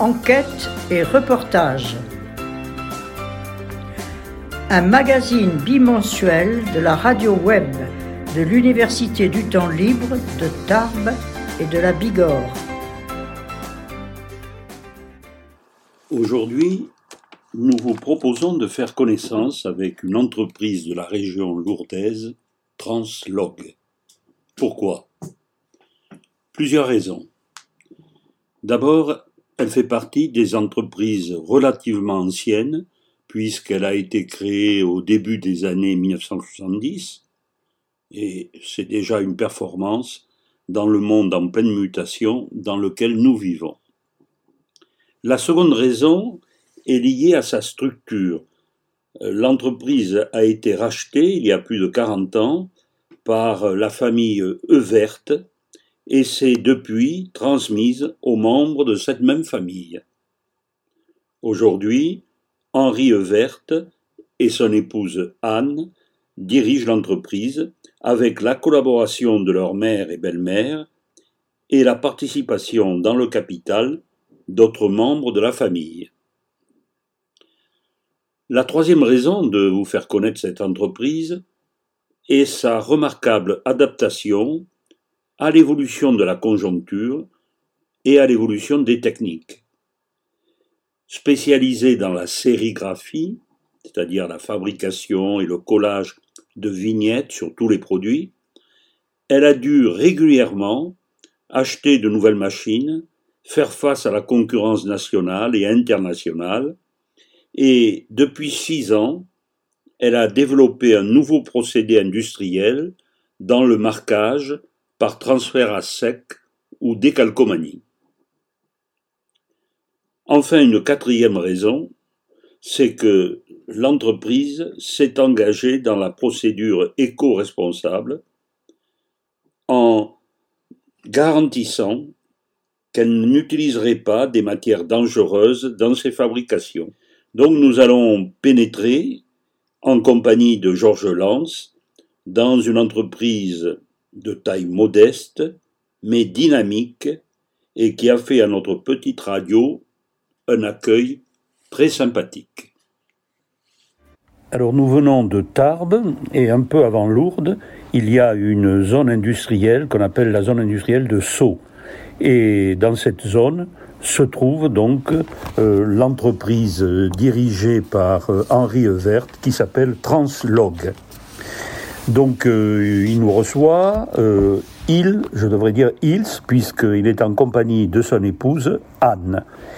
enquête et reportage. Un magazine bimensuel de la radio web de l'Université du Temps Libre de Tarbes et de la Bigorre. Aujourd'hui, nous vous proposons de faire connaissance avec une entreprise de la région lourdaise, Translog. Pourquoi ? Plusieurs raisons. D'abord, elle fait partie des entreprises relativement anciennes, puisqu'elle a été créée au début des années 1970, et c'est déjà une performance dans le monde en pleine mutation dans lequel nous vivons. La seconde raison est liée à sa structure. L'entreprise a été rachetée il y a plus de 40 ans par la famille Evert et s'est depuis transmise aux membres de cette même famille. Aujourd'hui, Henri Evert et son épouse Anne dirigent l'entreprise avec la collaboration de leur mère et belle-mère et la participation dans le capital d'autres membres de la famille. La troisième raison de vous faire connaître cette entreprise est sa remarquable adaptation à l'évolution de la conjoncture et à l'évolution des techniques. Spécialisée dans la sérigraphie, c'est-à-dire la fabrication et le collage de vignettes sur tous les produits, elle a dû régulièrement acheter de nouvelles machines, faire face à la concurrence nationale et internationale, et depuis 6 ans, elle a développé un nouveau procédé industriel dans le marquage par transfert à sec ou décalcomanie. Enfin, une quatrième raison, c'est que l'entreprise s'est engagée dans la procédure éco-responsable en garantissant qu'elle n'utiliserait pas des matières dangereuses dans ses fabrications. Donc nous allons pénétrer, en compagnie de Georges Lance, dans une entreprise de taille modeste, mais dynamique, et qui a fait à notre petite radio un accueil très sympathique. Alors nous venons de Tarbes, et un peu avant Lourdes, il y a une zone industrielle qu'on appelle la zone industrielle de Sceaux. Et dans cette zone se trouve donc l'entreprise dirigée par Henri Evert qui s'appelle Translog. Donc il nous reçoit, je devrais dire ils, puisqu'il est en compagnie de son épouse Anne.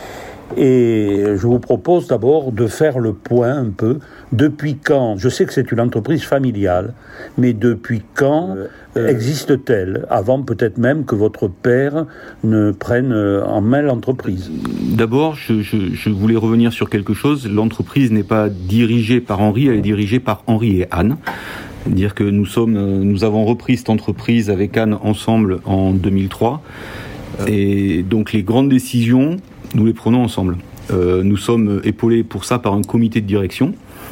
Et je vous propose d'abord de faire le point un peu, depuis quand, je sais que c'est une entreprise familiale, mais depuis quand existe-t-elle, avant peut-être même que votre père ne prenne en main l'entreprise? D'abord, je voulais revenir sur quelque chose, l'entreprise n'est pas dirigée par Henri, elle est dirigée par Henri et Anne. C'est-à-dire que nous avons repris cette entreprise avec Anne ensemble en 2003, et donc les grandes décisions, nous les prenons ensemble. Nous sommes épaulés pour ça par un comité de direction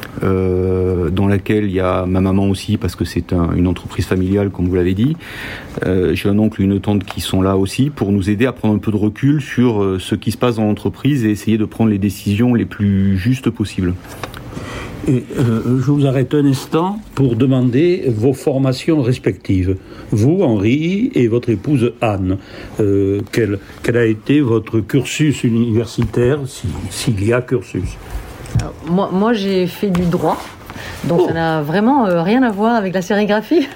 dans laquelle il y a ma maman aussi parce que c'est une entreprise familiale comme vous l'avez dit. J'ai un oncle et une tante qui sont là aussi pour nous aider à prendre un peu de recul sur ce qui se passe dans l'entreprise et essayer de prendre les décisions les plus justes possibles. Et je vous arrête un instant pour demander vos formations respectives. Vous, Henri, et votre épouse Anne, quel a été votre cursus universitaire, s'il y a cursus? Alors, moi, j'ai fait du droit, donc ça n'a vraiment rien à voir avec la sérigraphie.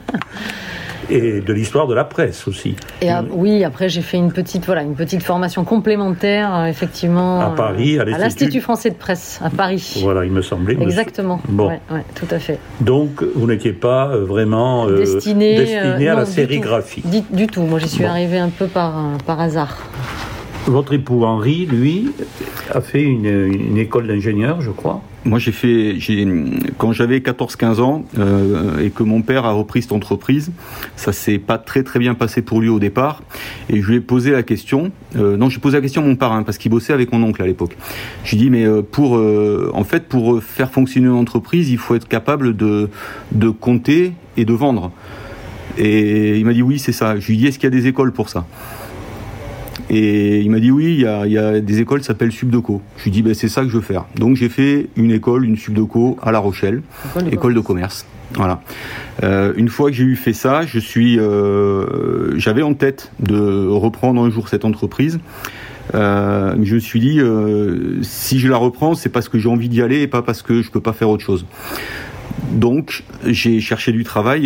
Et de l'histoire de la presse aussi. Et oui, après j'ai fait une petite formation complémentaire, effectivement. À Paris, à l'Institut français de presse, à Paris. Voilà, il me semblait. Exactement. Bon. Ouais, tout à fait. Donc, vous n'étiez pas vraiment destiné à la sérigraphie. Du tout. Moi, j'y suis arrivée un peu par hasard. Votre époux Henri, lui, a fait une école d'ingénieur, je crois. Moi, quand j'avais 14-15 ans et que mon père a repris cette entreprise, ça s'est pas très très bien passé pour lui au départ. Et je lui ai posé la question. J'ai posé la question à mon parrain parce qu'il bossait avec mon oncle à l'époque. J'ai dit mais pour faire fonctionner une entreprise, il faut être capable de compter et de vendre. Et il m'a dit oui, c'est ça. Je lui ai dit est-ce qu'il y a des écoles pour ça ? Et il m'a dit oui, il y a des écoles qui s'appellent Subdeco. Je lui ai dit c'est ça que je veux faire. Donc j'ai fait une Subdeco à La Rochelle, école de commerce. Voilà. Une fois que j'ai fait ça, j'avais en tête de reprendre un jour cette entreprise. Je me suis dit si je la reprends, c'est parce que j'ai envie d'y aller et pas parce que je peux pas faire autre chose. Donc j'ai cherché du travail et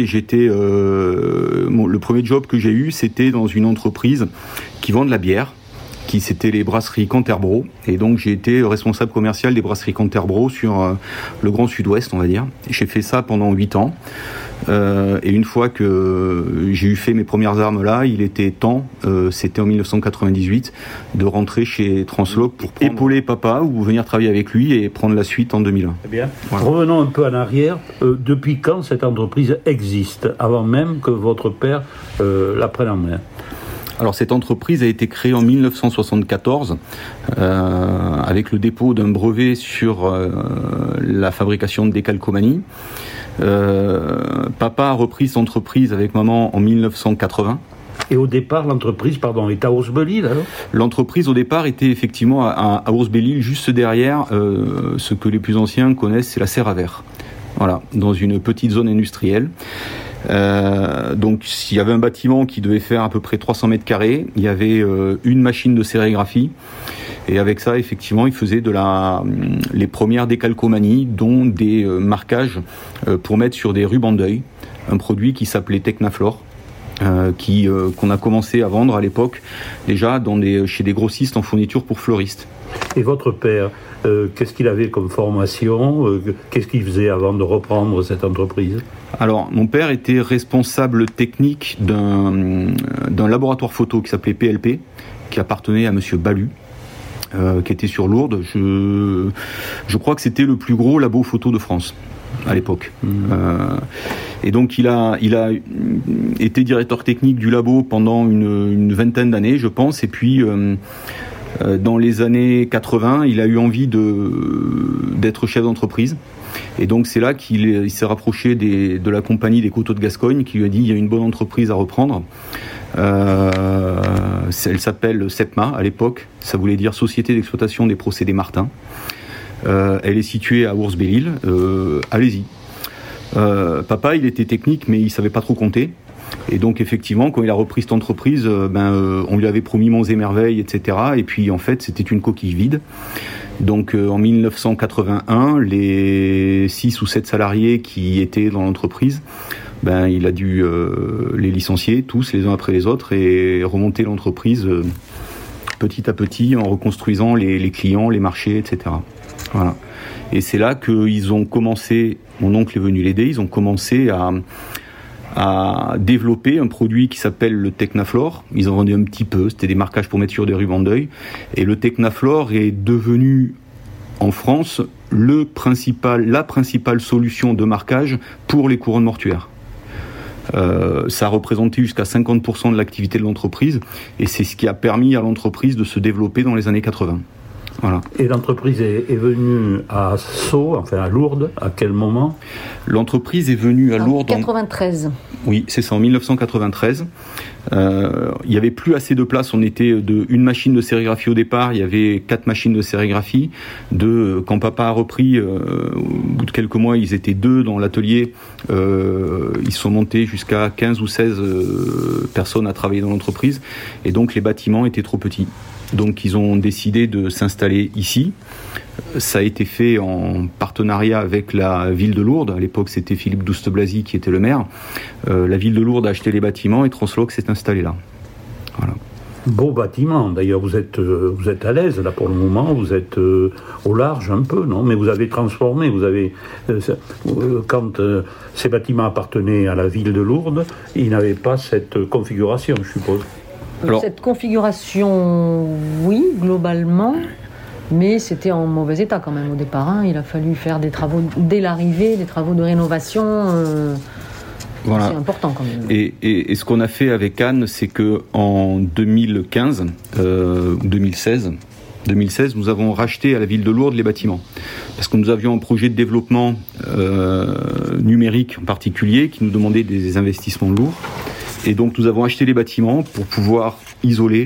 le premier job que j'ai eu, c'était dans une entreprise qui vend de la bière, c'était les brasseries Canterbro, et donc j'ai été responsable commercial des brasseries Canterbro sur le Grand Sud-Ouest, on va dire. J'ai fait ça pendant 8 ans. Et une fois que j'ai fait mes premières armes là, il était temps, c'était en 1998, de rentrer chez Translog pour épauler papa ou venir travailler avec lui et prendre la suite en 2001. Eh bien, voilà. Revenons un peu en arrière. Depuis quand cette entreprise existe, avant même que votre père la prenne en main? Alors cette entreprise a été créée en 1974 avec le dépôt d'un brevet sur la fabrication de décalcomanie. Papa a repris cette entreprise avec maman en 1980. Et au départ, l'entreprise, est à Ours-Belle-Île, alors ? L'entreprise, au départ, était effectivement à Ours-Belle-Île, juste derrière ce que les plus anciens connaissent, c'est la serre à verre. Voilà, dans une petite zone industrielle. Donc, s'il y avait un bâtiment qui devait faire à peu près 300 mètres carrés, il y avait une machine de sérigraphie. Et avec ça, effectivement, il faisait les premières décalcomanies, dont des marquages pour mettre sur des rubans d'œil. Un produit qui s'appelait Technaflor, qu'on a commencé à vendre à l'époque, déjà chez des grossistes en fourniture pour fleuristes. Et votre père, qu'est-ce qu'il avait comme formation ? Qu'est-ce qu'il faisait avant de reprendre cette entreprise ? Alors, mon père était responsable technique d'un laboratoire photo qui s'appelait PLP, qui appartenait à monsieur Balu, qui était sur Lourdes. Je crois que c'était le plus gros labo photo de France à l'époque. Et donc il a été directeur technique du labo pendant une vingtaine d'années, je pense, et puis dans les années 80, il a eu envie d'être chef d'entreprise. Et donc c'est là qu'il s'est rapproché de la compagnie des Coteaux de Gascogne, qui lui a dit il y a une bonne entreprise à reprendre. Elle s'appelle SEPMA à l'époque, ça voulait dire Société d'exploitation des procédés Martin. Elle est située à Ours-Belle-Île, allez-y. Papa, il était technique, mais il savait pas trop compter. Et donc, effectivement, quand il a repris cette entreprise, on lui avait promis monts et merveilles, etc. Et puis, en fait, c'était une coquille vide. Donc, en 1981, les 6 ou 7 salariés qui étaient dans l'entreprise, il a dû les licencier, tous, les uns après les autres, et remonter l'entreprise petit à petit, en reconstruisant les clients, les marchés, etc. Voilà. Et c'est là qu'ils ont commencé, mon oncle est venu l'aider, ils ont commencé à développer un produit qui s'appelle le Technaflor. Ils en vendaient un petit peu, c'était des marquages pour mettre sur des rubans d'œil. Et le Technaflor est devenu, en France, la principale solution de marquage pour les couronnes mortuaires. Ça a représenté jusqu'à 50% de l'activité de l'entreprise, et c'est ce qui a permis à l'entreprise de se développer dans les années 80. Voilà. Et l'entreprise est venue à Sceaux, à Lourdes, à quel moment ? L'entreprise est venue à Lourdes en 93. Oui, c'est ça, en 1993. Il n'y avait plus assez de place, on était une machine de sérigraphie au départ, il y avait 4 machines de sérigraphie. Quand papa a repris, au bout de quelques mois, ils étaient 2 dans l'atelier. Ils sont montés jusqu'à 15 ou 16 personnes à travailler dans l'entreprise. Et donc les bâtiments étaient trop petits. Donc ils ont décidé de s'installer ici. Ça a été fait en partenariat avec la ville de Lourdes. À l'époque, c'était Philippe Douste-Blazy qui était le maire. La ville de Lourdes a acheté les bâtiments et Translog s'est installé là. Voilà. Beau bâtiment. D'ailleurs, vous êtes à l'aise là pour le moment. Vous êtes au large un peu, non ? Mais vous avez transformé. Quand ces bâtiments appartenaient à la ville de Lourdes, ils n'avaient pas cette configuration, je suppose. Alors, cette configuration, oui, globalement, mais c'était en mauvais état quand même au départ. Il a fallu faire des travaux dès l'arrivée, des travaux de rénovation. Voilà. C'est important quand même. Et ce qu'on a fait avec Anne, c'est qu'en 2015, 2016, nous avons racheté à la ville de Lourdes les bâtiments. Parce que nous avions un projet de développement numérique en particulier qui nous demandait des investissements lourds. Et donc nous avons acheté les bâtiments pour pouvoir isoler,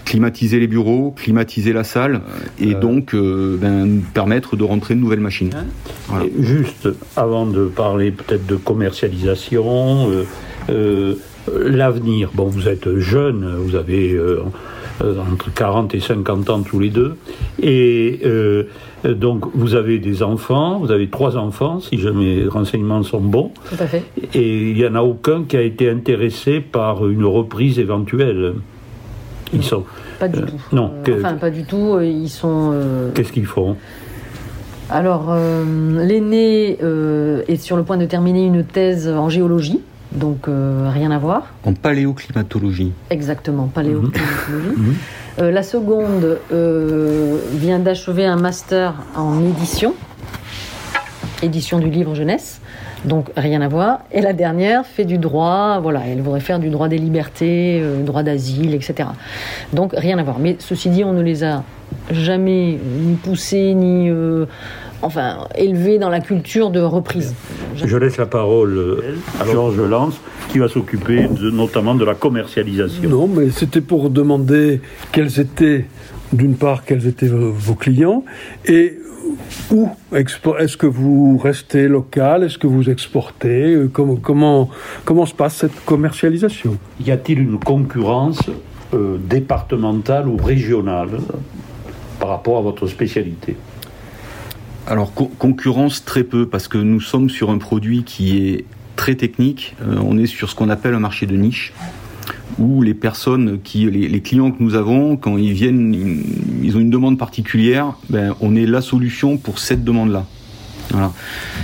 climatiser les bureaux, climatiser la salle, et donc nous permettre de rentrer de nouvelles machines. Voilà. Juste, avant de parler peut-être de commercialisation, l'avenir, bon, vous êtes jeune, vous avez entre 40 et 50 ans tous les deux, et donc vous avez des enfants, vous avez 3 enfants, si mes renseignements sont bons. Tout à fait. Et il n'y en a aucun qui a été intéressé par une reprise éventuelle. Ils sont... Pas du tout. Non. Pas du tout. Ils sont... Qu'est-ce qu'ils font ? Alors, l'aîné est sur le point de terminer une thèse en géologie. Donc, rien à voir. En paléoclimatologie. Exactement, paléoclimatologie. La seconde vient d'achever un master en édition du livre jeunesse. Donc, rien à voir. Et la dernière fait du droit, voilà, elle voudrait faire du droit des libertés, droit d'asile, etc. Donc, rien à voir. Mais ceci dit, on ne les a jamais ni poussés, ni... élevé dans la culture de reprise. Je laisse la parole à Georges Lance, qui va s'occuper notamment de la commercialisation. Non, mais c'était pour demander quels étaient vos clients et où est-ce que vous restez local, est-ce que vous exportez, comment se passe cette commercialisation? Y a-t-il une concurrence départementale ou régionale par rapport à votre spécialité? Alors, concurrence très peu, parce que nous sommes sur un produit qui est très technique. On est sur ce qu'on appelle un marché de niche, où les personnes, les clients que nous avons, quand ils viennent, ils ont une demande particulière, on est la solution pour cette demande-là. Voilà.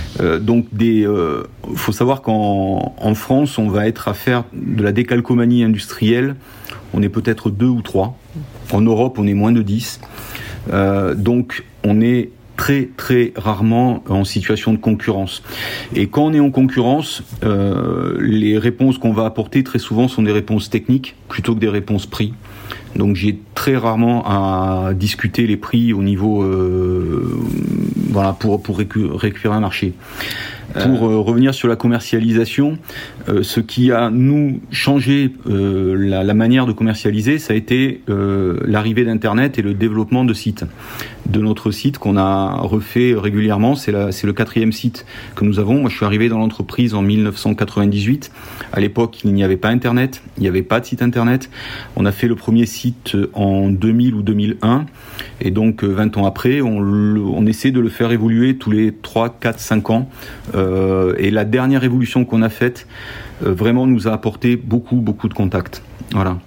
Faut savoir qu'en France, on va être à faire de la décalcomanie industrielle. On est peut-être 2 ou 3. En Europe, on est moins de 10. Donc, on est très très rarement en situation de concurrence. Et quand on est en concurrence, les réponses qu'on va apporter très souvent sont des réponses techniques plutôt que des réponses prix. Donc j'ai très rarement à discuter les prix au niveau pour récupérer un marché. Pour revenir sur la commercialisation, ce qui a nous changé la manière de commercialiser, ça a été l'arrivée d'Internet et le développement de sites. De notre site qu'on a refait régulièrement, c'est le 4e site que nous avons. Moi, je suis arrivé dans l'entreprise en 1998. À l'époque, il n'y avait pas Internet, il n'y avait pas de site Internet. On a fait le premier site en 2000 ou 2001. Et donc, 20 ans après, on essaie de le faire évoluer tous les 3, 4, 5 ans. Et la dernière évolution qu'on a faite, vraiment nous a apporté beaucoup, beaucoup de contacts. Voilà.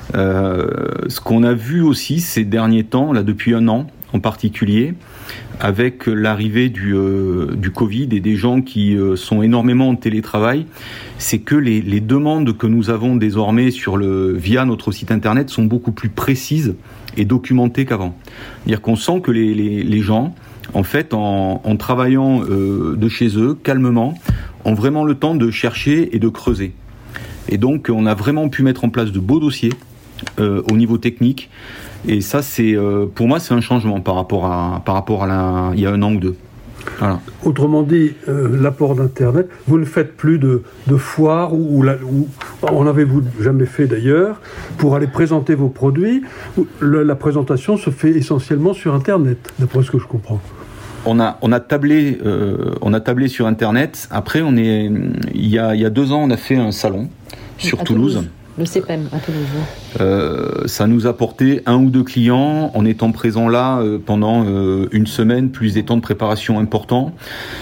Ce qu'on a vu aussi ces derniers temps, là depuis 1 an en particulier, avec l'arrivée du Covid et des gens qui sont énormément en télétravail, c'est que les demandes que nous avons désormais via notre site internet sont beaucoup plus précises et documentées qu'avant. C'est-à-dire qu'on sent que les gens, en fait, en travaillant de chez eux, calmement, ont vraiment le temps de chercher et de creuser. Et donc, on a vraiment pu mettre en place de beaux dossiers au niveau technique. Et ça, pour moi, c'est un changement par rapport à il y a 1 an ou 2. Voilà. Autrement dit, l'apport d'Internet, vous ne faites plus de foires ou en avez-vous jamais fait d'ailleurs, pour aller présenter vos produits. La présentation se fait essentiellement sur Internet, d'après ce que je comprends. On a tablé sur Internet. Après, il y a 2 ans, on a fait un salon sur Toulouse. Le CPEM à Toulouse. Ça nous a apporté 1 ou 2 clients en étant présents là pendant 1 semaine, plus des temps de préparation importants.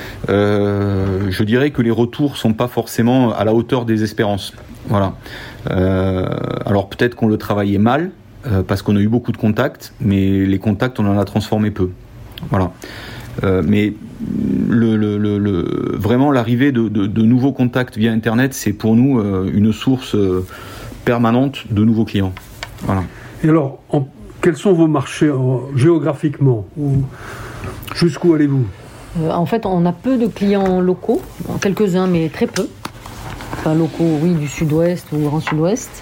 Je dirais que les retours sont pas forcément à la hauteur des espérances. Voilà. Alors peut-être qu'on le travaillait mal parce qu'on a eu beaucoup de contacts, mais les contacts on en a transformé peu. Voilà. Mais vraiment l'arrivée de nouveaux contacts via Internet, c'est pour nous une source permanente de nouveaux clients. Voilà. Et alors, quels sont vos marchés géographiquement? Jusqu'où allez-vous? En fait, on a peu de clients locaux, quelques-uns, mais très peu. Enfin, locaux, oui, du sud-ouest ou grand sud-ouest.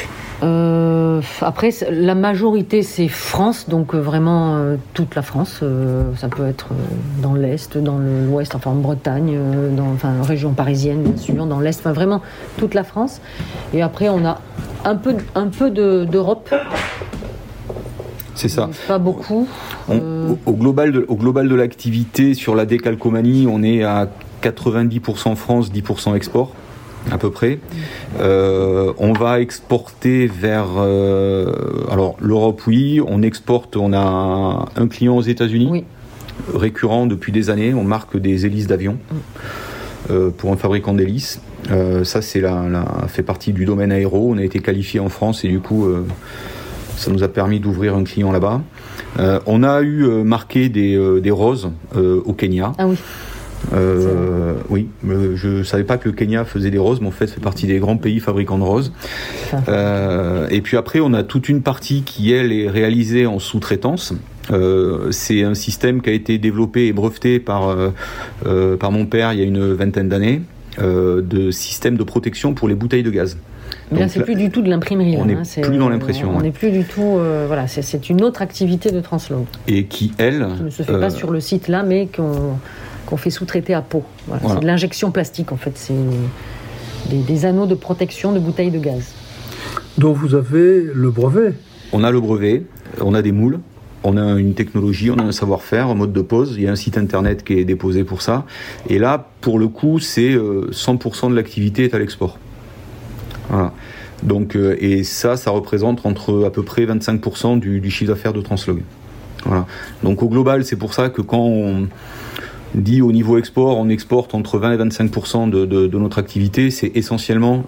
Après, la majorité, c'est France, donc vraiment toute la France. Ça peut être dans l'Est, dans l'Ouest, enfin en Bretagne, région parisienne, bien sûr, dans l'Est, enfin vraiment toute la France. Et après, on a un peu d'Europe, C'est ça. Pas beaucoup. Au global de l'activité sur la décalcomanie, on est à 90% France, 10% export, à peu près. On va exporter vers... alors, l'Europe, oui. On exporte, on a un client aux États-Unis, oui, récurrent depuis des années. On marque des hélices d'avion pour un fabricant d'hélices. Ça, fait partie du domaine aéro. On a été qualifié en France et du coup... ça nous a permis d'ouvrir un client là-bas. On a eu marqué des roses au Kenya. Ah oui. Oui, je savais pas que le Kenya faisait des roses, mais en fait, c'est partie des grands pays fabricants de roses. Et puis après, on a toute une partie qui, elle, est réalisée en sous-traitance. C'est un système qui a été développé et breveté par mon père il y a une vingtaine d'années, de système de protection pour les bouteilles de gaz. Mais là, c'est plus du tout de l'imprimerie. On n'est plus dans l'impression. On n'est plus du tout... voilà, c'est une autre activité de Translog. Et qui, elle... Qui ne se fait pas sur le site là, mais qu'on fait sous-traiter à peau. Voilà. C'est de l'injection plastique, en fait. C'est des anneaux de protection de bouteilles de gaz. dont vous avez le brevet. On a le brevet, on a des moules, on a une technologie, on a un savoir-faire, un mode de pose, il y a un site internet qui est déposé pour ça. Et là, pour le coup, c'est 100% de l'activité est à l'export. Voilà. Donc, et ça représente entre à peu près 25% du chiffre d'affaires de Translog. Voilà. Donc au global, c'est pour ça que quand on dit au niveau export, on exporte entre 20 et 25% de notre activité, c'est essentiellement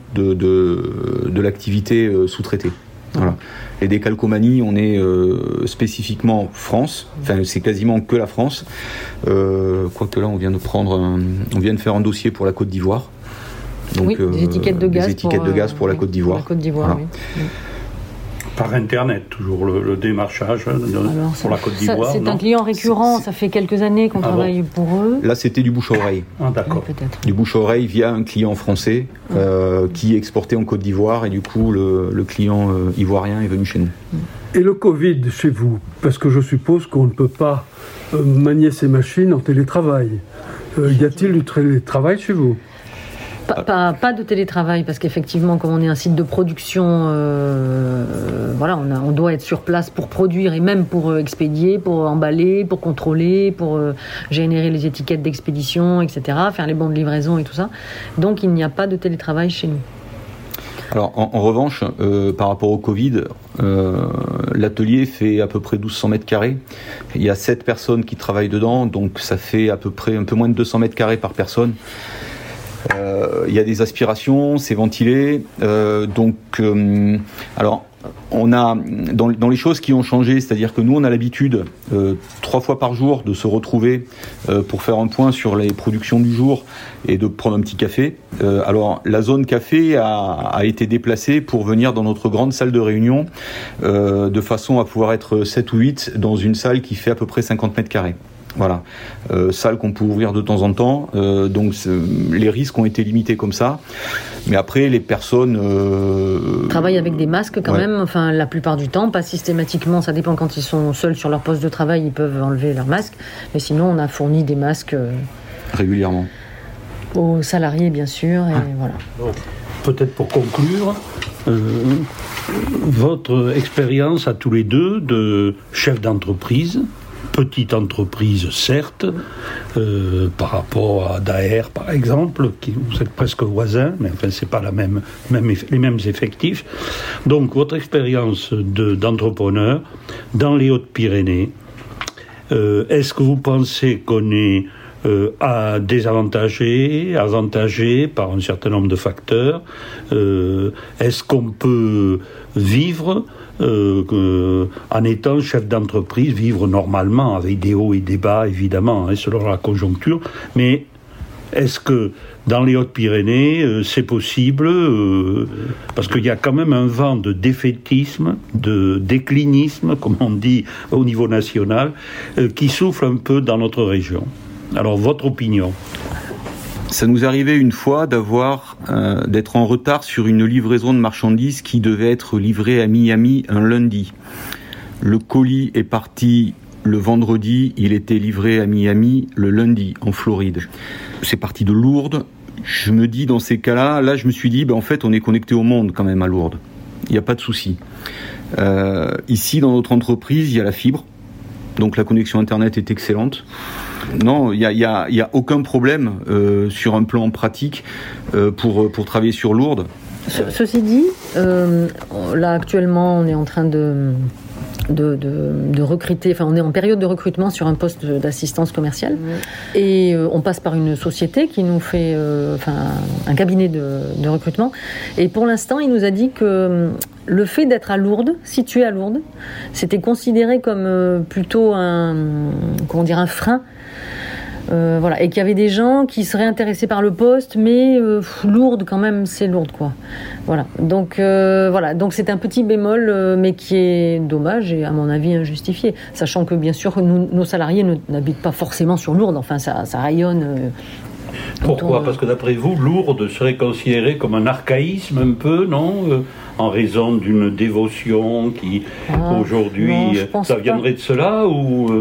de l'activité sous-traitée. Voilà. Les décalcomanies, on est spécifiquement France, enfin c'est quasiment que la France. Quoique là, on vient de faire un dossier pour la Côte d'Ivoire. Donc, oui, des étiquettes de gaz, pour la Côte d'Ivoire. Voilà. Oui. Par Internet, toujours le démarchage pour la Côte d'Ivoire. C'est un client récurrent, ça fait quelques années qu'on travaille pour eux. Là, c'était du bouche à oreille. Ah, d'accord. Oui, peut-être. Du bouche à oreille via un client français qui exportait en Côte d'Ivoire et du coup, le client ivoirien est venu chez nous. Et le Covid chez vous, parce que je suppose qu'on ne peut pas manier ces machines en télétravail. Y a-t-il du télétravail chez vous ? Pas de télétravail, parce qu'effectivement, comme on est un site de production, on doit être sur place pour produire et même pour expédier, pour emballer, pour contrôler, pour générer les étiquettes d'expédition, etc., faire les bons de livraison et tout ça. Donc il n'y a pas de télétravail chez nous. Alors en revanche, par rapport au Covid, l'atelier fait à peu près 1200 mètres carrés. Il y a 7 personnes qui travaillent dedans, donc ça fait à peu près un peu moins de 200 mètres carrés par personne. Il y a des aspirations, c'est ventilé. Alors, on a dans les choses qui ont changé, c'est-à-dire que nous, on a l'habitude 3 fois par jour de se retrouver pour faire un point sur les productions du jour et de prendre un petit café. Alors, la zone café a été déplacée pour venir dans notre grande salle de réunion de façon à pouvoir être 7 ou 8 dans une salle qui fait à peu près 50 mètres carrés. Voilà, salle qu'on peut ouvrir de temps en temps, donc les risques ont été limités comme ça, mais après les personnes travaillent avec des masques quand même, enfin la plupart du temps, pas systématiquement, ça dépend quand ils sont seuls sur leur poste de travail, ils peuvent enlever leur masque, mais sinon on a fourni des masques régulièrement aux salariés bien sûr, et voilà. Peut-être pour conclure, votre expérience à tous les deux de chef d'entreprise, petite entreprise certes, par rapport à Daher par exemple, qui vous êtes presque voisins, mais enfin c'est pas les mêmes effectifs. Donc votre expérience d'entrepreneur dans les Hautes-Pyrénées, est-ce que vous pensez qu'on est désavantagé, avantagé par un certain nombre de facteurs? Est-ce qu'on peut vivre en étant chef d'entreprise, vivre normalement, avec des hauts et des bas, évidemment, selon la conjoncture, mais est-ce que dans les Hautes-Pyrénées, c'est possible, parce qu'il y a quand même un vent de défaitisme, de déclinisme, comme on dit au niveau national, qui souffle un peu dans notre région. Alors, votre opinion ? Ça nous arrivait une fois d'être en retard sur une livraison de marchandises qui devait être livrée à Miami un lundi. Le colis est parti le vendredi, il était livré à Miami le lundi, en Floride. C'est parti de Lourdes. Je me dis, dans ces cas-là, je me suis dit, en fait, on est connecté au monde quand même à Lourdes. il n'y a pas de souci. Ici, dans notre entreprise, il y a la fibre, donc la connexion Internet est excellente. Non, il y a aucun problème sur un plan pratique pour travailler sur Lourdes. Ceci dit, là actuellement, on est en train de recruter, enfin on est en période de recrutement sur un poste d'assistance commerciale et on passe par une société qui nous fait un cabinet de recrutement, et pour l'instant il nous a dit que le fait d'être à Lourdes, situé à Lourdes, c'était considéré comme plutôt un frein. Et qu'il y avait des gens qui seraient intéressés par le poste, mais Lourdes quand même, c'est Lourdes quoi. Voilà. Donc c'est un petit bémol, mais qui est dommage et à mon avis injustifié, sachant que bien sûr nos salariés n'habitent pas forcément sur Lourdes. Enfin, ça rayonne. Pourquoi ? Parce que d'après vous, Lourdes serait considéré comme un archaïsme un peu, non ? En raison d'une dévotion qui aujourd'hui, non, ça viendrait de cela ou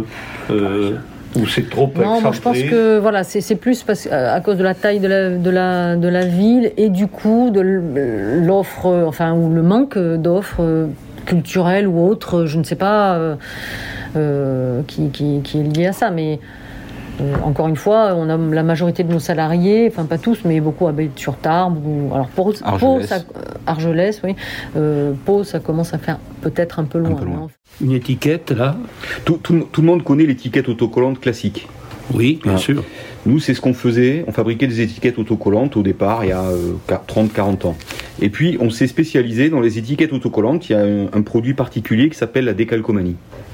c'est trop excentré? Non, moi je pense que c'est plus à cause de la taille de la ville et du coup de l'offre, ou le manque d'offres culturelles ou autres, je ne sais pas, qui est lié à ça, mais encore une fois, on a la majorité de nos salariés, enfin pas tous, mais beaucoup habitent sur Tarbes ou alors Argelès, oui. Pau, ça commence à faire peut-être un peu loin. Une étiquette là. Tout le monde connaît l'étiquette autocollante classique. Oui, bien sûr. Nous, c'est ce qu'on faisait. On fabriquait des étiquettes autocollantes au départ, il y a 30-40 ans. Et puis, on s'est spécialisé dans les étiquettes autocollantes. Il y a un produit particulier qui s'appelle la décalcomanie.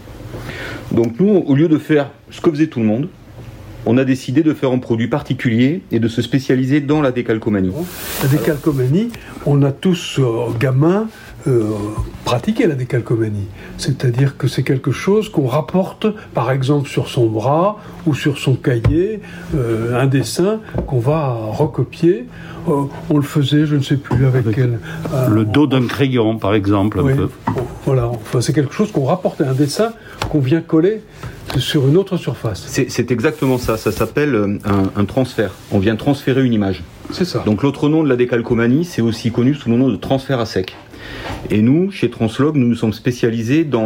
Donc nous, au lieu de faire ce que faisait tout le monde, on a décidé de faire un produit particulier et de se spécialiser dans la décalcomanie. La décalcomanie, on a tous, gamins, pratiqué la décalcomanie. C'est-à-dire que c'est quelque chose qu'on rapporte, par exemple, sur son bras ou sur son cahier, un dessin qu'on va recopier. On le faisait, je ne sais plus avec quel... le dos d'un crayon, par exemple. Oui, voilà. Enfin, c'est quelque chose qu'on rapporte, un dessin qu'on vient coller sur une autre surface. C'est exactement ça. Ça s'appelle un transfert. On vient transférer une image. C'est ça. Donc l'autre nom de la décalcomanie, c'est aussi connu sous le nom de transfert à sec. Et nous, chez Translog, nous nous sommes spécialisés dans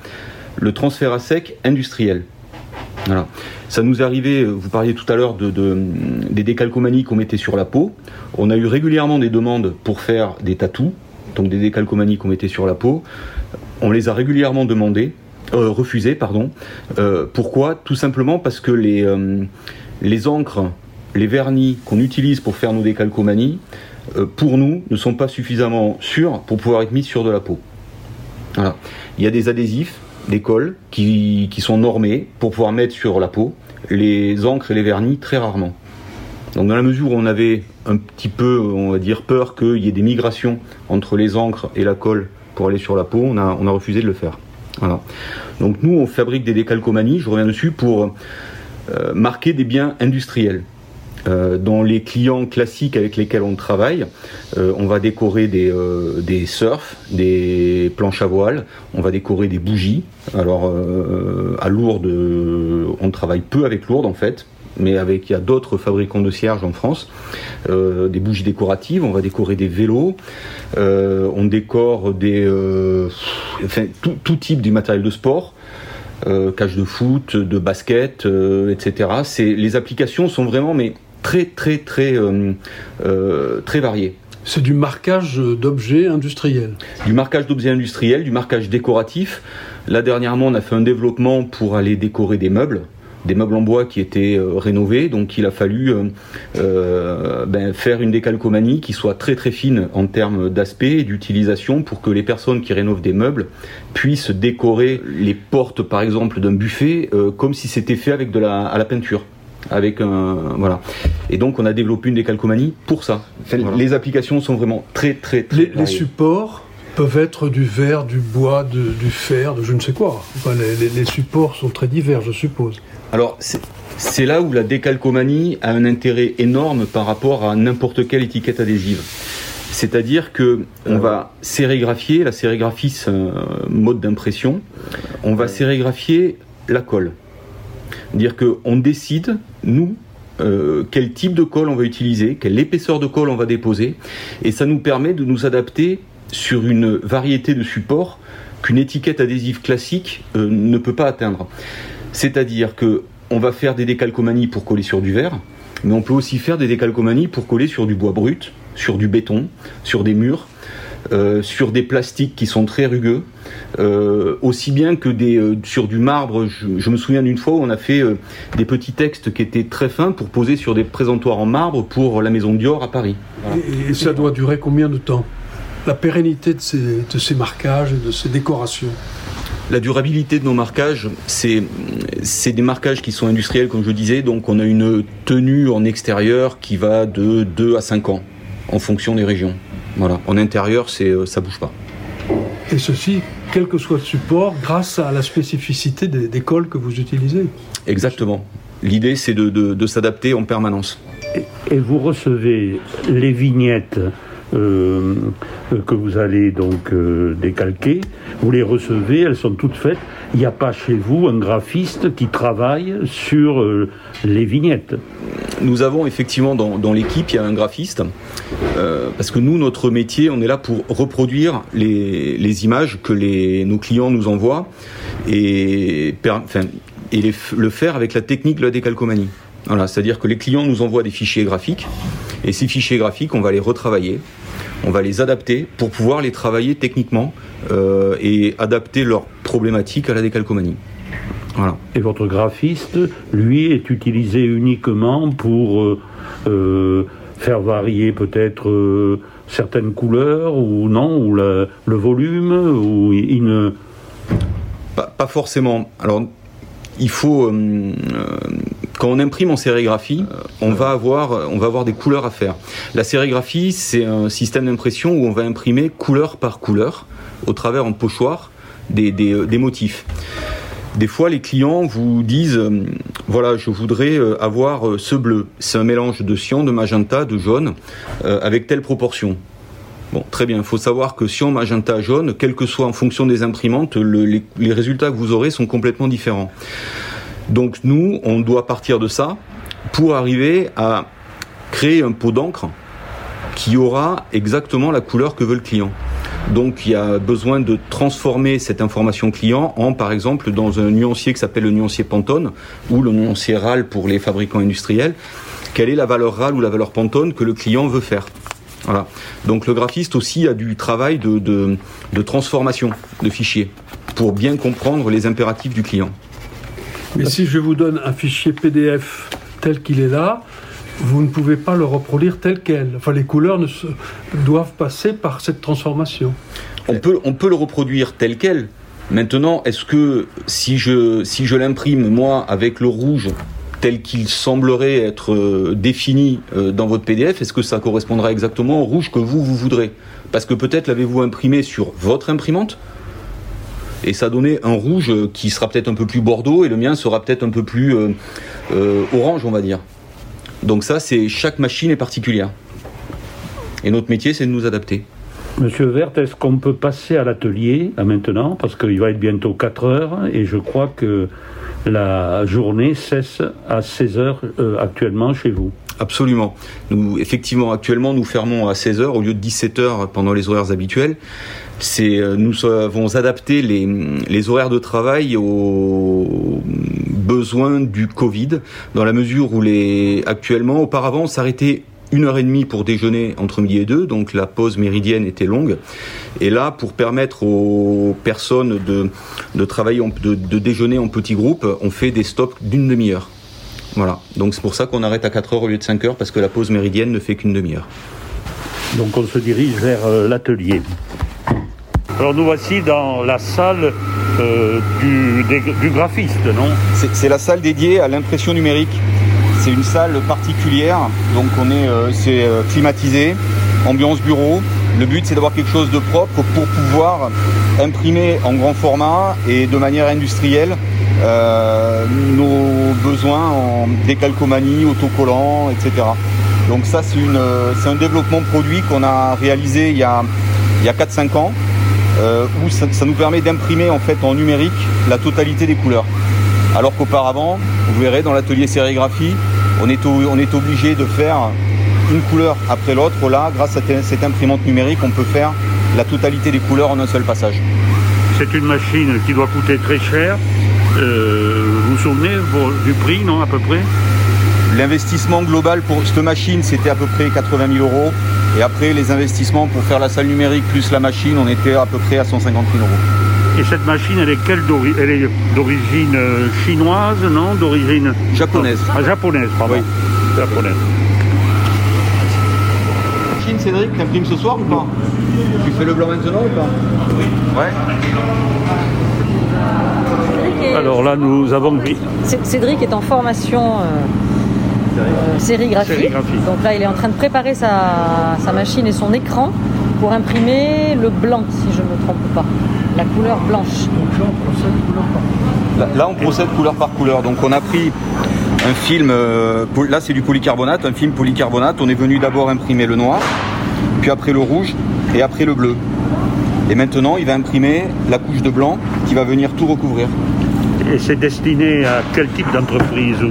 le transfert à sec industriel. Voilà. Ça nous est arrivé, vous parliez tout à l'heure des décalcomanies qu'on mettait sur la peau. On a eu régulièrement des demandes pour faire des tatous, donc des décalcomanies qu'on mettait sur la peau. On les a régulièrement refusées. Pourquoi ? Tout simplement parce que les encres, les vernis qu'on utilise pour faire nos décalcomanies, pour nous, ne sont pas suffisamment sûrs pour pouvoir être mis sur de la peau. Voilà. Il y a des adhésifs, des colles qui sont normés pour pouvoir mettre sur la peau, les encres et les vernis très rarement. Donc dans la mesure où on avait un petit peu, on va dire, peur qu'il y ait des migrations entre les encres et la colle pour aller sur la peau, on a refusé de le faire. Voilà. Donc nous, on fabrique des décalcomanies, je reviens dessus, pour marquer des biens industriels. Dans les clients classiques avec lesquels on travaille, on va décorer des surfs, des planches à voile, on va décorer des bougies. Alors à Lourdes, on travaille peu avec Lourdes en fait, mais il y a d'autres fabricants de cierges en France. Des bougies décoratives, on va décorer des vélos, on décore tout type du matériel de sport. Cage de foot, de basket, etc. Les applications sont vraiment très variées. C'est du marquage d'objets industriels. Du marquage d'objets industriels, du marquage décoratif. Là, dernièrement, on a fait un développement pour aller décorer des meubles en bois qui étaient rénovés. Donc, il a fallu faire une décalcomanie qui soit très très fine en termes d'aspect et d'utilisation pour que les personnes qui rénovent des meubles puissent décorer les portes, par exemple, d'un buffet comme si c'était fait avec à la peinture. Voilà. Et donc on a développé une décalcomanie pour ça. Voilà. Les applications sont vraiment très les supports peuvent être du verre, du bois, du fer, de je ne sais quoi. Enfin, les supports sont très divers, je suppose. Alors c'est là où la décalcomanie a un intérêt énorme par rapport à n'importe quelle étiquette adhésive. C'est-à-dire que on va sérigraphier, la sérigraphie c'est un mode d'impression, on va sérigraphier la colle. Dire qu'on décide, nous, quel type de colle on va utiliser, quelle épaisseur de colle on va déposer, et ça nous permet de nous adapter sur une variété de supports qu'une étiquette adhésive classique ne peut pas atteindre. C'est-à-dire qu'on va faire des décalcomanies pour coller sur du verre, mais on peut aussi faire des décalcomanies pour coller sur du bois brut, sur du béton, sur des murs, sur des plastiques qui sont très rugueux, aussi bien que sur du marbre. Je me souviens d'une fois où on a fait des petits textes qui étaient très fins pour poser sur des présentoirs en marbre pour la maison Dior à Paris. Voilà. Et ça doit durer combien de temps ? La pérennité de ces marquages et de ces décorations ? La durabilité de nos marquages, c'est des marquages qui sont industriels, comme je disais, donc on a une tenue en extérieur qui va de 2 à 5 ans, en fonction des régions. Voilà. En intérieur, ça bouge pas. Et ceci, quel que soit le support, grâce à la spécificité des colles que vous utilisez. Exactement. L'idée, c'est de s'adapter en permanence. Et vous recevez les vignettes que vous allez donc décalquer, vous les recevez, elles sont toutes faites. Il n'y a pas chez vous un graphiste qui travaille sur les vignettes. Nous avons effectivement dans l'équipe, il y a un graphiste, parce que nous, notre métier, on est là pour reproduire les images que nos clients nous envoient et le faire avec la technique de la décalcomanie. Voilà, c'est-à-dire que les clients nous envoient des fichiers graphiques, et ces fichiers graphiques, on va les retravailler, on va les adapter pour pouvoir les travailler techniquement et adapter leurs problématiques à la décalcomanie. Voilà. Et votre graphiste, lui, est utilisé uniquement pour faire varier peut-être certaines couleurs ou non, ou le volume, ou il ne... Pas forcément. Alors, il faut... quand on imprime en sérigraphie, on va avoir des couleurs à faire. La sérigraphie, c'est un système d'impression où on va imprimer couleur par couleur, au travers en pochoir, des motifs. Des fois, les clients vous disent voilà, je voudrais avoir ce bleu. C'est un mélange de cyan, de magenta, de jaune, avec telle proportion. Bon, très bien. Il faut savoir que cyan, magenta, jaune, quel que soit en fonction des imprimantes, les résultats que vous aurez sont complètement différents. Donc nous, on doit partir de ça pour arriver à créer un pot d'encre qui aura exactement la couleur que veut le client. Donc il y a besoin de transformer cette information client en, par exemple, dans un nuancier qui s'appelle le nuancier Pantone ou le nuancier RAL pour les fabricants industriels. Quelle est la valeur RAL ou la valeur Pantone que le client veut faire ? Voilà. Donc le graphiste aussi a du travail de transformation de fichiers pour bien comprendre les impératifs du client. Mais si je vous donne un fichier PDF tel qu'il est là, vous ne pouvez pas le reproduire tel quel. Enfin, les couleurs doivent passer par cette transformation. On peut le reproduire tel quel. Maintenant, est-ce que si je l'imprime, moi, avec le rouge tel qu'il semblerait être défini dans votre PDF, est-ce que ça correspondra exactement au rouge que vous voudrez ? Parce que peut-être l'avez-vous imprimé sur votre imprimante, et ça donnait un rouge qui sera peut-être un peu plus bordeaux, et le mien sera peut-être un peu plus orange, on va dire. Donc ça, chaque machine est particulière. Et notre métier, c'est de nous adapter. Monsieur Vert, est-ce qu'on peut passer à l'atelier maintenant ? Parce qu'il va être bientôt 4 heures, et je crois que la journée cesse à 16 heures actuellement chez vous. Absolument. Effectivement, actuellement, nous fermons à 16 heures au lieu de 17 heures pendant les horaires habituels. Nous avons adapté les horaires de travail aux besoins du Covid, dans la mesure où actuellement, auparavant, on s'arrêtait 1h30 pour déjeuner entre midi et 2, donc la pause méridienne était longue. Et là, pour permettre aux personnes de travailler, de déjeuner en petits groupes, on fait des stops d'1 demi-heure. Voilà. Donc c'est pour ça qu'on arrête à 4 heures au lieu de 5 heures, parce que la pause méridienne ne fait qu'une demi-heure. Donc on se dirige vers l'atelier. Alors nous voici dans la salle du graphiste, non ? C'est la salle dédiée à l'impression numérique. C'est une salle particulière, donc c'est climatisé, ambiance bureau. Le but, c'est d'avoir quelque chose de propre pour pouvoir imprimer en grand format et de manière industrielle nos besoins en décalcomanie, autocollant, etc. Donc ça, c'est un développement produit qu'on a réalisé il y a 4-5 ans, où ça nous permet d'imprimer en fait en numérique la totalité des couleurs. Alors qu'auparavant, vous verrez dans l'atelier sérigraphie, on est obligé de faire une couleur après l'autre. Là, grâce à cette imprimante numérique, on peut faire la totalité des couleurs en un seul passage. C'est une machine qui doit coûter très cher. Vous vous souvenez du prix, non, à peu près? L'investissement global pour cette machine, c'était à peu près 80 000 euros. Et après, les investissements pour faire la salle numérique plus la machine, on était à peu près à 150 000 euros. Et cette machine, elle est d'origine chinoise, non? D'origine japonaise. Ah, japonaise, pardon. Oui. Japonaise. Machine, Cédric, t'imprimes ce soir ou pas? Tu fais le blanc maintenant ou pas? Oui. Ouais. Alors là, nous avons... Cédric est en formation sérigraphie. Donc là, il est en train de préparer sa machine et son écran pour imprimer le blanc, si je ne me trompe pas. La couleur blanche. Donc là, on procède couleur par couleur. Là, on procède couleur par couleur. Donc on a pris un film, là c'est du polycarbonate, un film polycarbonate. On est venu d'abord imprimer le noir, puis après le rouge et après le bleu. Et maintenant, il va imprimer la couche de blanc qui va venir tout recouvrir. Et c'est destiné à quel type d'entreprise ou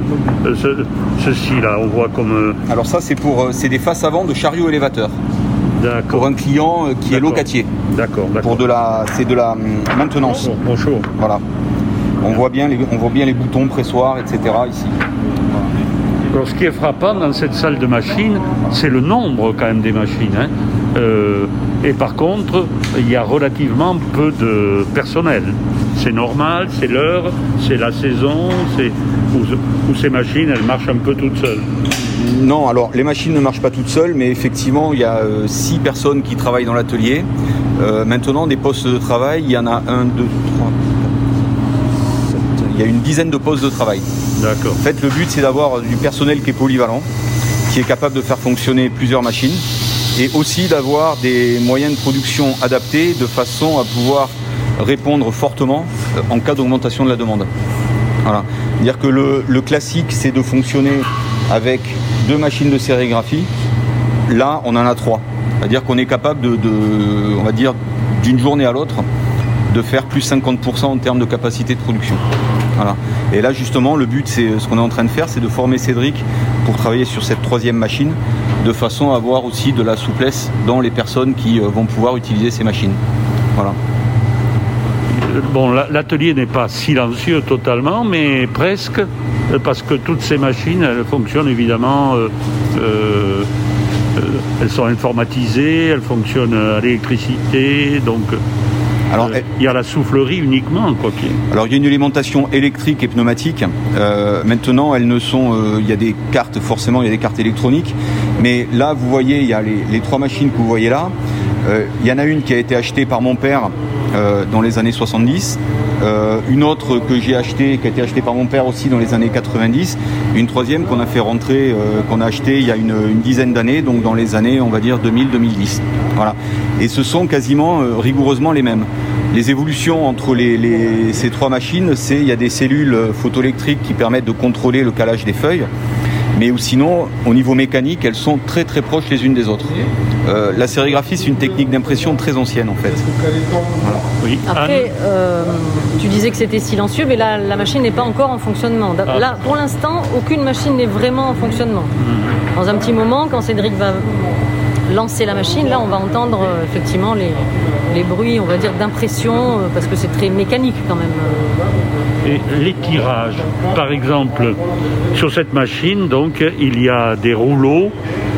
ceci là, on voit comme... Alors ça, c'est des faces avant de chariot élévateur. D'accord. Pour un client qui est locatier. D'accord. C'est de la maintenance. Bonjour. Voilà. On voit bien les boutons pressoirs, etc. ici. Voilà. Alors, ce qui est frappant dans cette salle de machines, c'est le nombre quand même des machines. Hein. Et par contre, il y a relativement peu de personnel. C'est normal, c'est l'heure, c'est la saison, où ces machines, elles marchent un peu toutes seules. Non, alors les machines ne marchent pas toutes seules, mais effectivement, il y a 6 personnes qui travaillent dans l'atelier. Maintenant, des postes de travail, il y en a 1, 2, 3, 4, 7, il y a une dizaine de postes de travail. D'accord. En fait, le but, c'est d'avoir du personnel qui est polyvalent, qui est capable de faire fonctionner plusieurs machines, et aussi d'avoir des moyens de production adaptés de façon à pouvoir répondre fortement en cas d'augmentation de la demande. Voilà. C'est-à-dire que le classique, c'est de fonctionner avec 2 machines de sérigraphie. Là, on en a 3. C'est-à-dire qu'on est capable on va dire, d'une journée à l'autre, de faire plus 50% en termes de capacité de production. Voilà. Et là, justement, le but, c'est ce qu'on est en train de faire, c'est de former Cédric pour travailler sur cette 3e machine, de façon à avoir aussi de la souplesse dans les personnes qui vont pouvoir utiliser ces machines. Voilà. Bon, l'atelier n'est pas silencieux totalement, mais presque, parce que toutes ces machines, elles fonctionnent évidemment, elles sont informatisées, elles fonctionnent à l'électricité, donc alors, il y a la soufflerie uniquement, quoi qu'il y ait. Alors il y a une alimentation électrique et pneumatique. Maintenant, elles ne sont, il y a des cartes, forcément, il y a des cartes électroniques, mais là, vous voyez, il y a les 3 machines que vous voyez là. Il y en a une qui a été achetée par mon père dans les années 70, une autre que j'ai achetée, qui a été achetée par mon père aussi dans les années 90, une 3e qu'on a fait rentrer, qu'on a achetée il y a une dizaine d'années, donc dans les années, on va dire 2000-2010. Voilà. Et ce sont quasiment rigoureusement les mêmes. Les évolutions entre ces 3 machines, il y a des cellules photoélectriques qui permettent de contrôler le calage des feuilles. Mais sinon, au niveau mécanique, elles sont très très proches les unes des autres. La sérigraphie, c'est une technique d'impression très ancienne en fait. Voilà. Oui. Après, tu disais que c'était silencieux, mais là, la machine n'est pas encore en fonctionnement. Là, pour l'instant, aucune machine n'est vraiment en fonctionnement. Dans un petit moment, quand Cédric va lancer la machine, là, on va entendre effectivement les bruits, on va dire, d'impression, parce que c'est très mécanique quand même. Et les tirages, par exemple, sur cette machine, donc, il y a des rouleaux,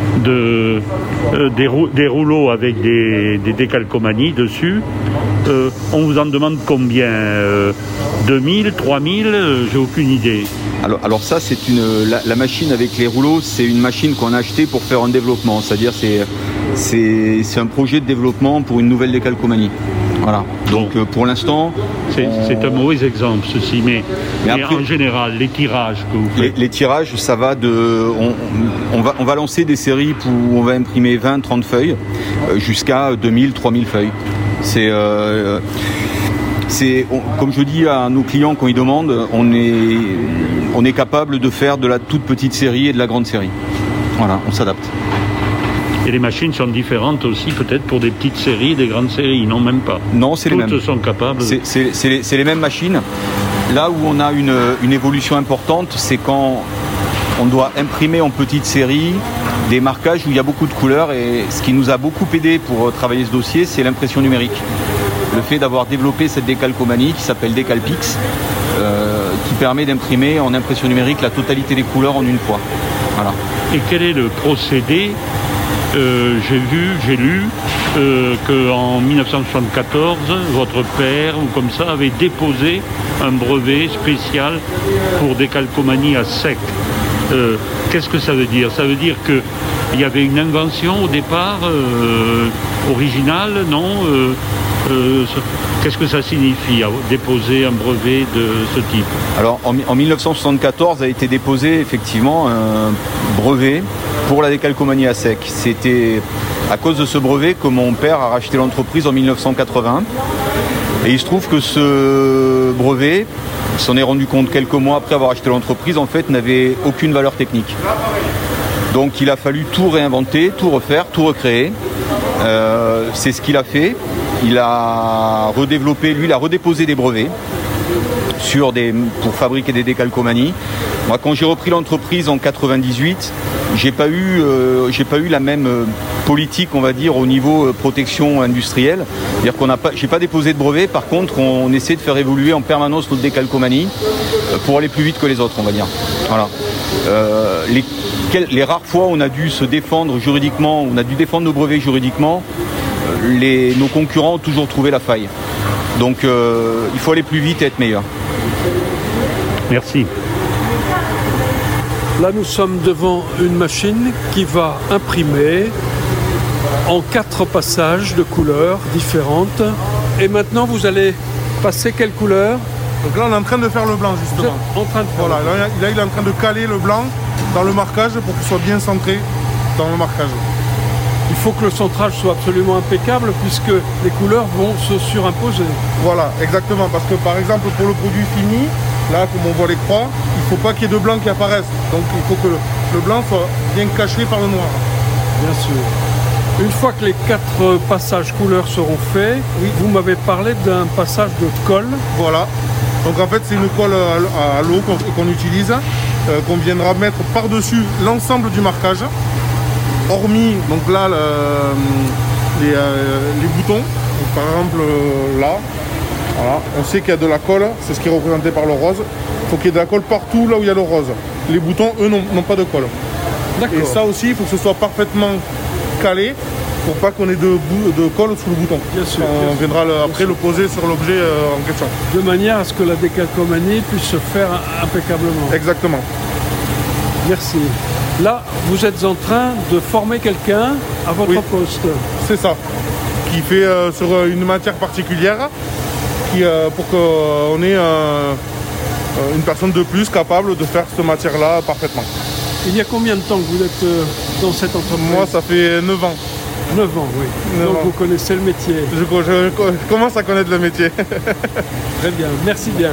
des rouleaux avec des décalcomanies dessus. On vous en demande combien 2000, 3000, j'ai aucune idée. Alors ça, c'est la machine avec les rouleaux, c'est une machine qu'on a achetée pour faire un développement, c'est-à-dire c'est un projet de développement pour une nouvelle décalcomanie. Voilà. Donc pour l'instant, c'est un mauvais exemple ceci, mais après, en général, les tirages que vous faites. Les tirages, ça va on va lancer des séries où on va imprimer 20-30 feuilles jusqu'à 2000-3000 feuilles. Comme je dis à nos clients quand ils demandent, on est capable de faire de la toute petite série et de la grande série. Voilà, on s'adapte. Et les machines sont différentes aussi, peut-être pour des petites séries, des grandes séries, non, même pas. Non, c'est les mêmes. Toutes sont capables. C'est les mêmes machines. Là où on a une évolution importante, c'est quand on doit imprimer en petite série des marquages où il y a beaucoup de couleurs. Et ce qui nous a beaucoup aidé pour travailler ce dossier, c'est l'impression numérique. Le fait d'avoir développé cette décalcomanie qui s'appelle Decalpix, qui permet d'imprimer en impression numérique la totalité des couleurs en une fois. Voilà. Et quel est le procédé? J'ai lu qu'en 1974, votre père, ou comme ça, avait déposé un brevet spécial pour décalcomanie à sec. Qu'est-ce que ça veut dire? Ça veut dire qu'il y avait une invention au départ originale, non? Qu'est-ce que ça signifie, déposer un brevet de ce type? Alors, en 1974 a été déposé effectivement un brevet pour la décalcomanie à sec. C'était à cause de ce brevet que mon père a racheté l'entreprise en 1980. Et il se trouve que ce brevet, il s'en est rendu compte quelques mois après avoir acheté l'entreprise, en fait, n'avait aucune valeur technique. Donc il a fallu tout réinventer, tout refaire, tout recréer. C'est ce qu'il a fait. Il a redéveloppé, lui, il a redéposé des brevets pour fabriquer des décalcomanies. Moi, quand j'ai repris l'entreprise en 98, j'ai pas eu la même politique, on va dire, au niveau protection industrielle. C'est-à-dire j'ai pas déposé de brevet. Par contre, on essaie de faire évoluer en permanence notre décalcomanie pour aller plus vite que les autres, on va dire. Voilà. Les rares fois où on a dû se défendre juridiquement, on a dû défendre nos brevets juridiquement, nos concurrents ont toujours trouvé la faille. Donc il faut aller plus vite et être meilleur. Merci. Là, nous sommes devant une machine qui va imprimer en 4 passages de couleurs différentes. Et maintenant, vous allez passer quelle couleur? Donc là, on est en train de faire le blanc, justement. En train de faire. Voilà, là, il est en train de caler le blanc dans le marquage pour qu'il soit bien centré dans le marquage. Il faut que le centrage soit absolument impeccable puisque les couleurs vont se surimposer. Voilà, exactement. Parce que par exemple, pour le produit fini, là, comme on voit les croix, il ne faut pas qu'il y ait de blanc qui apparaisse. Donc il faut que le blanc soit bien caché par le noir. Bien sûr. Une fois que les 4 passages couleurs seront faits, oui, vous m'avez parlé d'un passage de colle. Voilà. Donc en fait, c'est une colle à l'eau qu'on utilise, qu'on viendra mettre par-dessus l'ensemble du marquage. Hormis, donc là, les boutons, donc, par exemple là, voilà, on sait qu'il y a de la colle, c'est ce qui est représenté par le rose. Il faut qu'il y ait de la colle partout là où il y a le rose. Les boutons, eux, n'ont pas de colle. D'accord. Et ça aussi, il faut que ce soit parfaitement calé pour pas qu'on ait de colle sous le bouton. Bien sûr. On viendra après le poser sur l'objet en question. De manière à ce que la décalcomanie puisse se faire impeccablement. Exactement. Merci. Là, vous êtes en train de former quelqu'un à votre poste. C'est ça. Qui fait sur une matière particulière pour qu'on ait une personne de plus capable de faire cette matière-là parfaitement. Il y a combien de temps que vous êtes dans cette entreprise? Moi, ça fait 9 ans. 9 ans, oui. 9 Donc ans. vous connaissez le métier. Je commence à connaître le métier. Très bien, merci bien.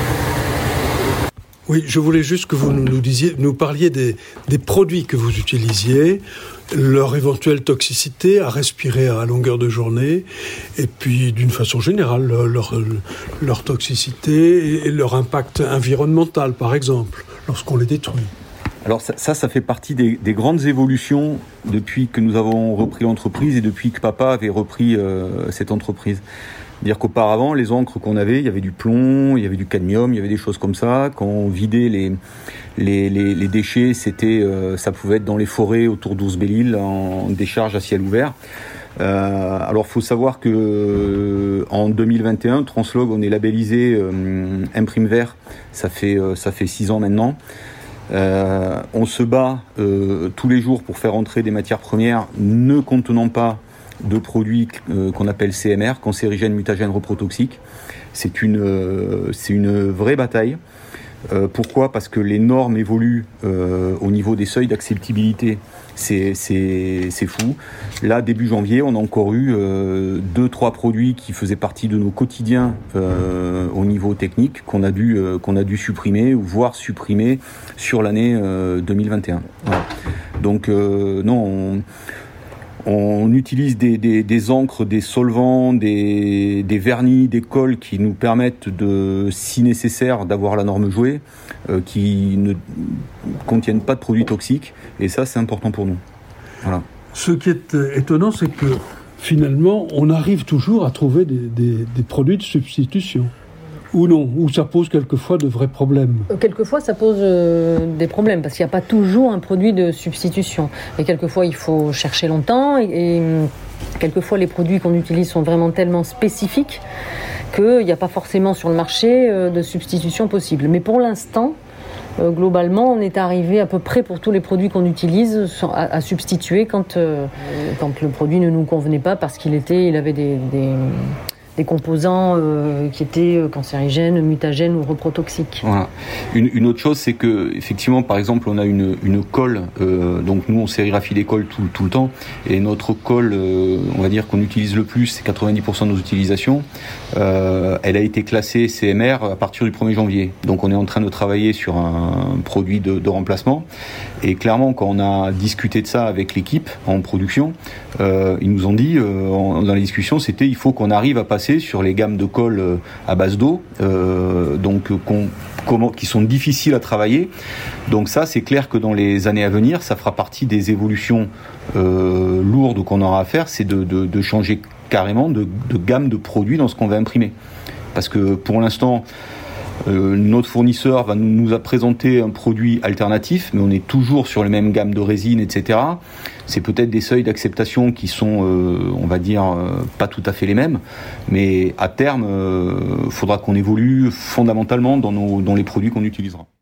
Oui, je voulais juste que vous nous parliez des produits que vous utilisiez, leur éventuelle toxicité à respirer à longueur de journée, et puis d'une façon générale, leur toxicité et leur impact environnemental, par exemple, lorsqu'on les détruit. Alors ça fait partie des grandes évolutions depuis que nous avons repris l'entreprise et depuis que papa avait repris cette entreprise. C'est-à-dire qu'auparavant, les encres qu'on avait, il y avait du plomb, il y avait du cadmium, il y avait des choses comme ça. Quand on vidait les déchets, ça pouvait être dans les forêts autour d'Ours-Belle-Île en décharge à ciel ouvert. Alors, faut savoir que en 2021, Translog, on est labellisé Imprime Vert. Ça fait 6 ans maintenant. On se bat tous les jours pour faire entrer des matières premières ne contenant pas de produits qu'on appelle CMR, cancérigènes, mutagènes, reprotoxiques. C'est une vraie bataille. Pourquoi ? Parce que les normes évoluent au niveau des seuils d'acceptabilité. C'est fou. Là, début janvier, on a encore eu 2-3 produits qui faisaient partie de nos quotidiens au niveau technique qu'on a dû supprimer ou voire supprimer sur l'année 2021. Voilà. Donc non, on utilise des encres, des solvants, des vernis, des colles qui nous permettent si nécessaire, d'avoir la norme jouée, qui ne contiennent pas de produits toxiques. Et ça, c'est important pour nous. Voilà. Ce qui est étonnant, c'est que finalement, on arrive toujours à trouver des produits de substitution. Ou non, ou ça pose quelquefois de vrais problèmes. Quelquefois, ça pose des problèmes, parce qu'il n'y a pas toujours un produit de substitution. Et quelquefois, il faut chercher longtemps, et quelquefois, les produits qu'on utilise sont vraiment tellement spécifiques qu'il n'y a pas forcément sur le marché de substitution possible. Mais pour l'instant, globalement, on est arrivé à peu près pour tous les produits qu'on utilise à substituer quand le produit ne nous convenait pas parce qu'il avait des composants qui étaient cancérigènes, mutagènes ou reprotoxiques. Voilà. Une autre chose, c'est que effectivement, par exemple, on a une colle. Donc nous, on sérigraphie les colles tout le temps, et notre colle, on va dire qu'on utilise le plus, c'est 90% de nos utilisations. Elle a été classée CMR à partir du 1er janvier. Donc on est en train de travailler sur un produit de remplacement. Et clairement, quand on a discuté de ça avec l'équipe en production, ils nous ont dit, dans les discussions, c'était il faut qu'on arrive à passer sur les gammes de colle à base d'eau, qui sont difficiles à travailler. Donc ça, c'est clair que dans les années à venir, ça fera partie des évolutions lourdes qu'on aura à faire, c'est de changer carrément de gamme de produits dans ce qu'on va imprimer. Parce que pour l'instant, notre fournisseur nous a présenté un produit alternatif, mais on est toujours sur les mêmes gammes de résine, etc. C'est peut-être des seuils d'acceptation qui sont, on va dire, pas tout à fait les mêmes, mais à terme, faudra qu'on évolue fondamentalement dans les produits qu'on utilisera.